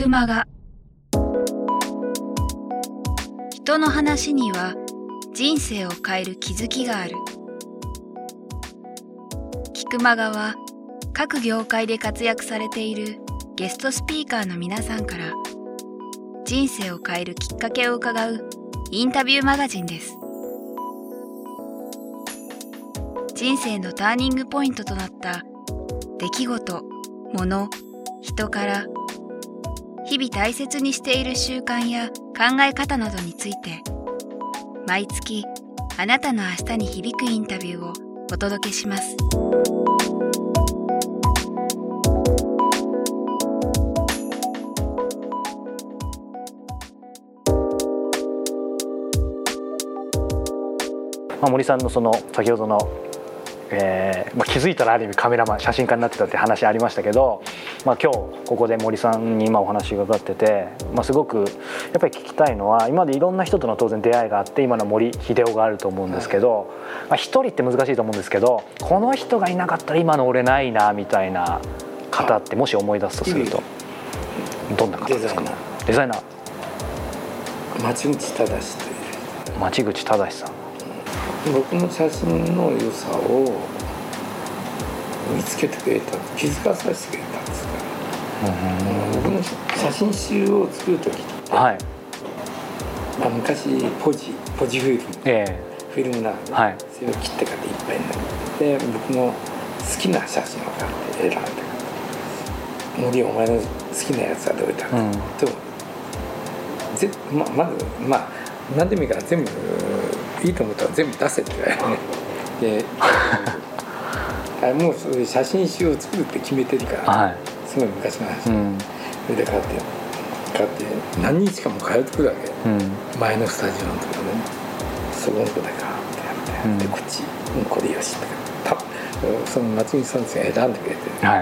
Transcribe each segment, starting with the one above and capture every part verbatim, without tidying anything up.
くまが。人の話には人生を変える気づきがある。キクマガは各業界で活躍されているゲストスピーカーの皆さんから人生を変えるきっかけを伺うインタビューマガジンです。人生のターニングポイントとなった出来事、物、人から日々大切にしている習慣や考え方などについて毎月あなたの明日に響くインタビューをお届けします。 まあ、森さんのその先ほどの、えーまあ、気づいたらある意味カメラマン写真家になってたって話ありましたけど、まあ、今日ここで森さんに今お話伺ってて、まあ、すごくやっぱり聞きたいのは今までいろんな人との当然出会いがあって今の森英夫があると思うんですけど、まあ、一人って難しいと思うんですけどこの人がいなかったら今の俺ないなみたいな方ってもし思い出すとするとどんな方ですか？デザイナー町口正という町口正さん。 僕の写真の良さを見つけてくれた気づかさせてくれたんですから、うん、僕の写真集を作る時って、はい、まあ、昔ポジポジフィルム、えー、フィルムなんで、はい、それを切ってからいっぱいになってで僕の好きな写真を買って選んで森お前の好きなやつはどれだ、うん、とぜ ま, まずまあ何でもいいから全部いいと思ったら全部出せって言われてねでもうそういう写真集を作るって決めてるから、はい、すごい昔の話、うん、それで買って買って何日間も通ってくるわけ、うん、前のスタジオのところねそこの子で買ってやって、うん、でこっちこれよしってたその松道さんたちが選んでくれて、はい、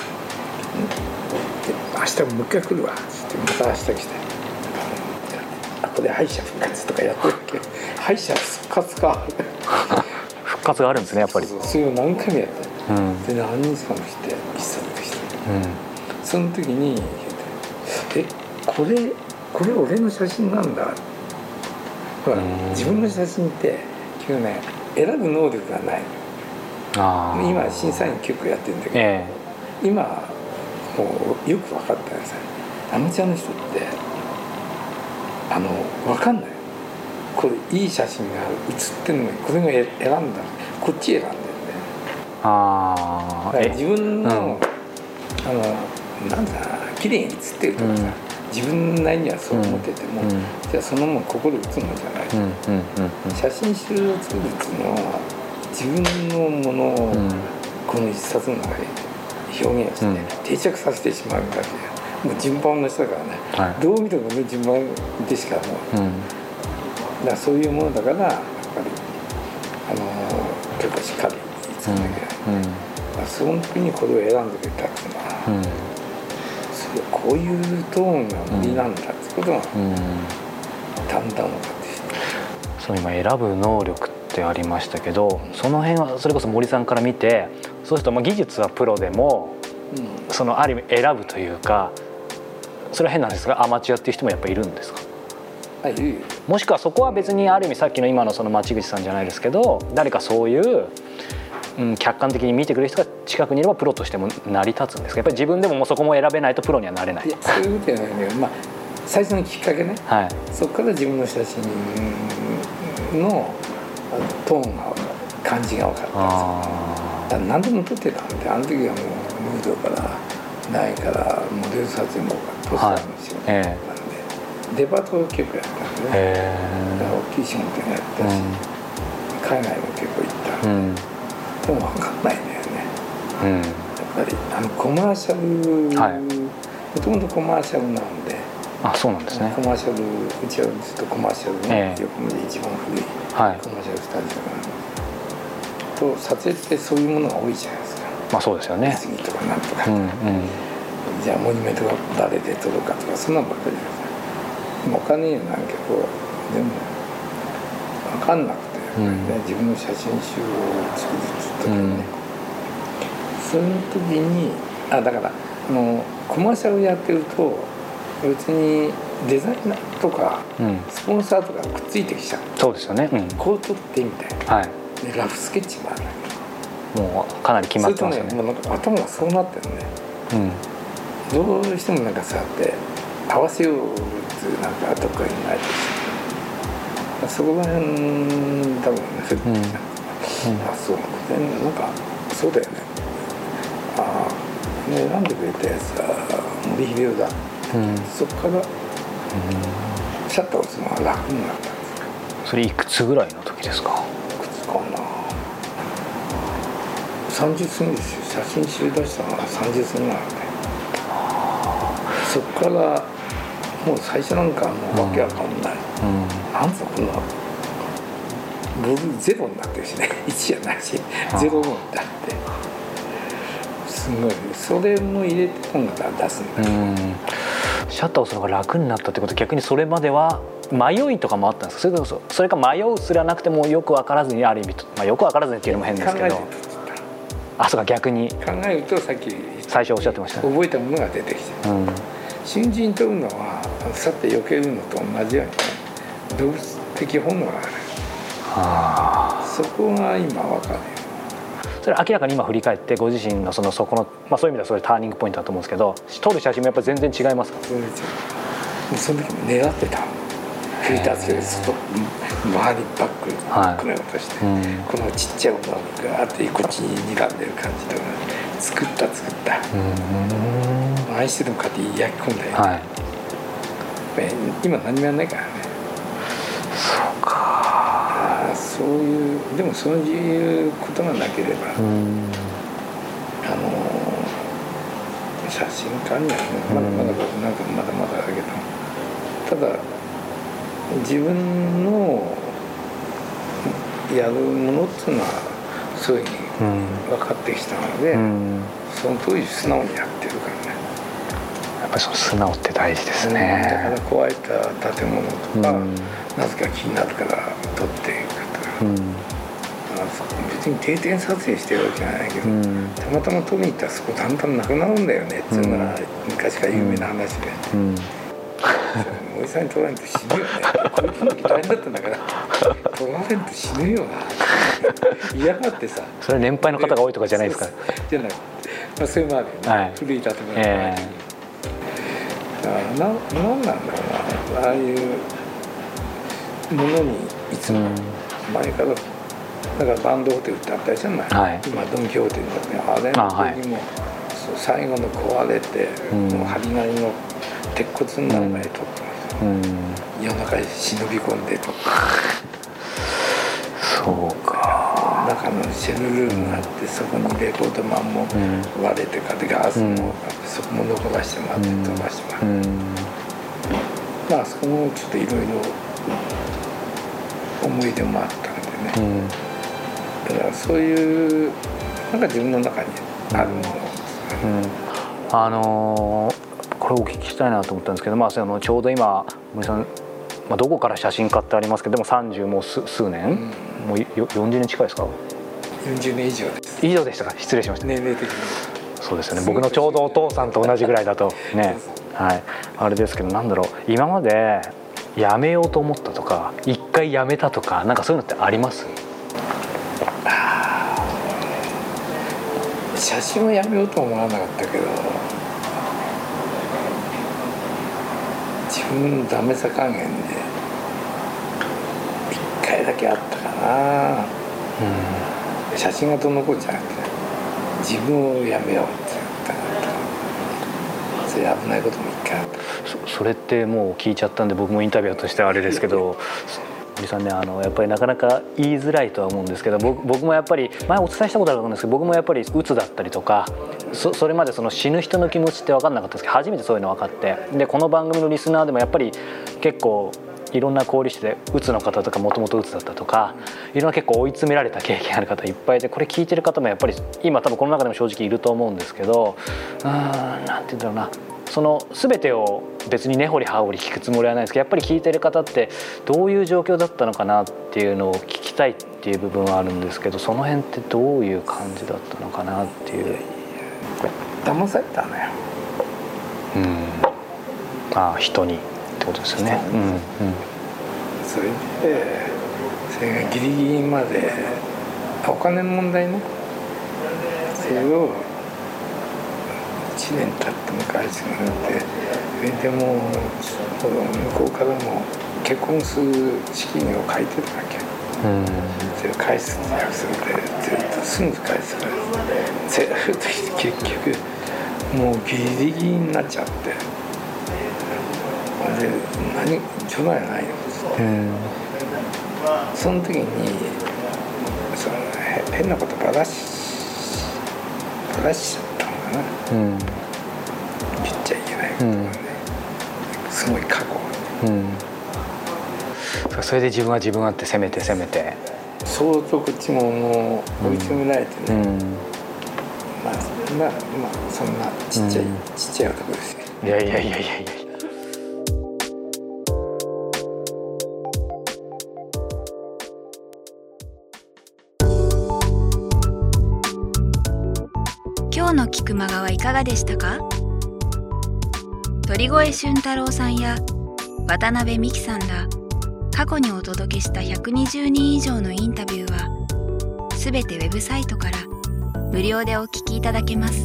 で明日もう一回来るわってまた明日来てあこれ敗者復活とかやってるわけ敗者復活か復活があるんですねやっぱり。 そうそうそれを何回もやって、うん、で何日間もして一冊して、うん、その時にえこれこれ俺の写真なんだほら自分の写真って結局ね選ぶ能力がない。あ今審査員結構やってるんだけど、えー、今もうよく分かったんですよ。アマチュアの人ってあの分かんないこれいい写真が写ってるのにこれが選んだこっち選んでるね。あだから自分の、うん、あのなんだ綺麗に写ってるとかさ、うん、自分なりにはそう思ってても、うん、じゃあそのまま心打つのじゃない、うんうんうんうん、写真集を作るっていうのは自分のものをこの一冊の中で表現して、ね、うん、定着させてしまうだけもう順番の人だからね、はい、どう見てもね順番でしかもう、うん、だからそういうものだからやっぱりあのー、結構しっかり作んなきゃいけない、うんうん、その時にこれを選んでくれたっていうのは、うん、それこういうトーンが無理なんだってことが、うん、だんだん分かってきて、 その今選ぶ能力ってありましたけど、うん、その辺はそれこそ森さんから見てそうするとまあ技術はプロでも、うん、そのある意味選ぶというかそれは変なんですがアマチュアっていう人もやっぱりいるんですか？ あ、いるいる。 もしくはそこは別にある意味さっきの今のその町口さんじゃないですけど誰かそういう、うん、客観的に見てくれる人が近くにいればプロとしても成り立つんですか？やっぱり自分でももうそこも選べないとプロにはなれない。 いやそういうことじゃないんだけど、まあ、最初のきっかけね、はい、そこから自分の写真のトーンが感じが分かったんですよ。だから何でも撮ってたんであの時はもうムードからないからモデル撮影もポスターの仕事なんで、はい、デパートを結構やったんでね、だから大きい仕事もやったし、うん、海外も結構行った、うん、でも分かんないんだよね、うん、やっぱりあのコマーシャル、はい、もともとコマーシャルなんで、 あ、そうなんですね。 コマーシャルうちはずっとコマーシャルの、えー、横浜で一番古いコマーシャルスタジオなんで、はい、と撮影ってそういうものが多いじゃないですか。 まあそうですよね。 次とかなんとか、うんうん、じゃあモニュメントが誰で撮るかとかそんなのばっかりじゃないですか。お金になんけどでも分かんなくて、ね、うん、自分の写真集を作るって言った時にね、うん、その時にあだからあのコマーシャルやってると別にデザイナーとかスポンサーとかくっついてきちゃう、 うん、そうですよね、うん、 こう撮ってみたいな、はい、でラフスケッチもあるもうかなり決まってますよね。 それとね、もうなんか頭がそうなってるね、うん、どうしてもなんかさって合わせようってなんかどっかにないとそこら辺多分ね、うん、あそうなんかそうだよね、ああね選んでくれたやつは森秀夫だ、うん、そこから、うん、シャッターを押すのが楽になったんです。 それいくつぐらいの時ですか？ いくつかな、さんじゅう過ぎですよ。写真集出したのはさんじゅう過ぎなので、そこからもう最初なんかもうわけわかんない、うんうん、なんつうのこんなボルゼロになってるしねいちじゃないしゼロになってすごいそれも入れて今度は出すんだ、うん、 シャッターを押すのが楽になったってことは逆にそれまでは迷いとかもあったんですか？それこそそれか迷うすらなくてもよく分からずにある意味と、まあ、よく分からずにっていうのも変ですけど、あそうか逆に考えるとさっき最初おっしゃってましたね、 覚えたものが出てきて、うん、新人というのはさって避けるのと同じように、ね、動物的本能がある、はあ、そこが今分かるよ。 それ明らかに今振り返ってご自身のそのそこの、まあ、そういう意味ではそれターニングポイントだと思うんですけど、撮る写真もやっぱり全然違いますか？ 全然違う。もうその時も狙ってた。フィルターつけてすっと周りバックバックのようとして、はい、うん、このちっちゃいものがガーッてこっちに睨んでる感じとか作った作った、うん、愛してるのかって焼き込んだよ、はい、今何もやんないからね。 そうか。 そういうでもそういうことがなければ、うん、あの写真家にはまだまだ僕なんかまだまだだけど、ただ自分のやるものっていうのはそういうふうに分かってきたので、うん、その当時素直にやってるからね。 やっぱりその素直って大事ですね。 だから壊れた建物とか、うん、なぜか気になるから撮っていくとか、うん、別に定点撮影してるわけじゃないけど、うん、たまたま撮りに行ったらそこだんだんなくなるんだよねっていうのが昔から有名な話で、うんうん、おじさんに取られると死ぬよねこういう時大変だったんだから取られると死ぬよな嫌がってさ、 それは年配の方が多いとかじゃないですか？ じゃない、まあ、それもあるよね、はい、古い建物の前に、えー、だからな、なんなんだろうな、ああいうものにいつも前から、うん、だからバンドホテルってあったりじゃない、はい、今ドン・キホーテになってあれの時も、はい、最後の壊れて、うん、もう針金の鉄骨になる前に撮ってました、うん、夜中に忍び込んで撮ってそうか。 中のシェルルームがあって、そこにレコードマンも割れてかでガースもあって、うん、そこも残らせてもらって飛ばしてもらって、うん、まあそこもちょっといろいろ思い出もあったんでね、うん、だからそういうなんか自分の中にあるもの、うんうん、 あのーこれお聞きしたいなと思ったんですけど、まあ、そのちょうど今森さん、まあ、どこから写真家ってありますけどでもさんじゅうもう 数, 数年、うん、もうよんじゅうねん近いですか？よんじゅうねん以上です。 以上でしたか？失礼しました。 年齢的にそうですよね。僕のちょうどお父さんと同じぐらいだとねはい、あれですけど、なんだろう、今までやめようと思ったとか一回やめたとかなんかそういうのってあります？ 写真はやめようとは思わなかったけど、自分のダメさ加減で一回だけあったかな、うん、写真がどうのこうじゃなくて自分をやめようって言ったからそれ危ないことも一回あった。 そ, それってもう聞いちゃったんで僕もインタビューとしてはあれですけど森さんね、あのやっぱりなかなか言いづらいとは思うんですけど 僕, 僕もやっぱり前お伝えしたことあると思うんですけど僕もやっぱりうつだったりとか そ, それまでその死ぬ人の気持ちって分かんなかったですけど初めてそういうの分かってでこの番組のリスナーでもやっぱり結構いろんな交流してうつの方とかもともとうつだったとかいろんな結構追い詰められた経験ある方いっぱいでこれ聞いてる方もやっぱり今多分この中でも正直いると思うんですけどうーんなんて言うんだろうなその全てを別に根掘り葉掘り聞くつもりはないですけどやっぱり聞いてる方ってどういう状況だったのかなっていうのを聞きたいっていう部分はあるんですけどその辺ってどういう感じだったのかなっていう。 騙されたのよ、 うん、 ああ人にってことですよね。うんうん、 それでそれがギリギリまでお金の問題ね、それをいちねん経っても返してもらって、それでもう向こうからも結婚する資金を書いてたわけ、うん、それを返すって約束でずっとすぐ返すからずっと結局もうギリギリになっちゃって、で何ちょうだいないのっつって、うん、その時にその変なことばらしばらしちゃったのかな、うん、言っちゃいけないことがね、うん、すごい過去、うん、 それで自分は自分はって攻めて攻めて相当こっちももう追い詰められてね、うん、まあまあまあそんなちっちゃい、うん、ちっちゃい男ですよ。 いやいやいやいやいや。 今日の菊間川はいかがでしたか？鳥越俊太郎さんや渡辺美樹さんら過去にお届けしたひゃくにじゅうにん以上のインタビューはすべてウェブサイトから無料でお聞きいただけます。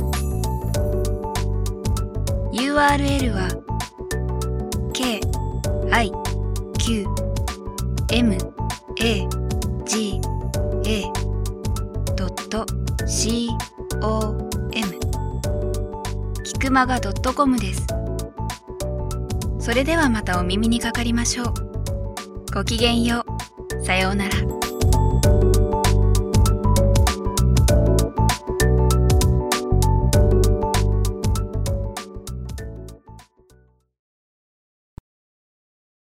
ユーアールエル は ケーアイキューエムエージーエードットシーオーエム キクマガ .com です。それではまたお耳にかかりましょう。ごきげんよう。さようなら。